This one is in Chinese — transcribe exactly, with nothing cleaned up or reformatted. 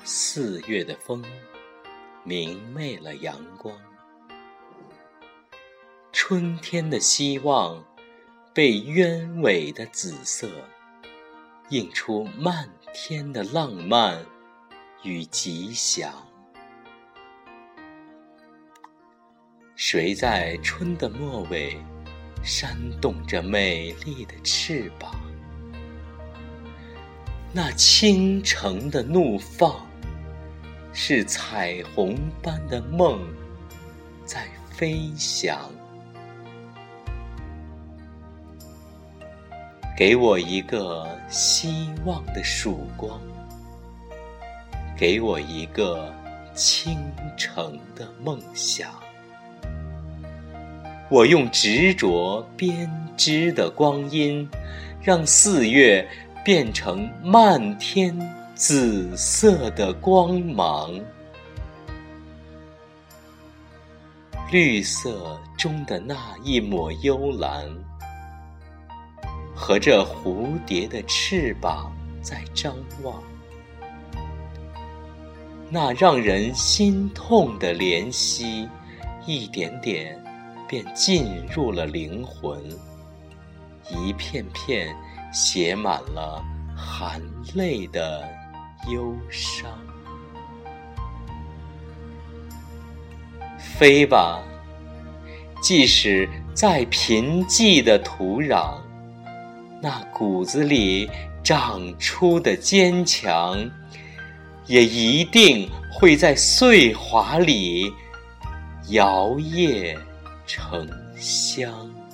四月的风明媚了阳光，春天的希望被鸢尾的紫色映出漫天的浪漫与吉祥。谁在春的末尾扇动着美丽的翅膀？那倾城的怒放，是彩虹般的梦在飞翔。给我一个希望的曙光，给我一个倾城的梦想。我用执着编织的光阴，让四月变成漫天紫色的光芒。绿色中的那一抹幽蓝，和这蝴蝶的翅膀在张望，那让人心痛的怜惜，一点点便进入了灵魂，一片片写满了含泪的忧伤。飞吧，即使再贫瘠的土壤，那骨子里长出的坚强，也一定会在岁华里摇曳成香。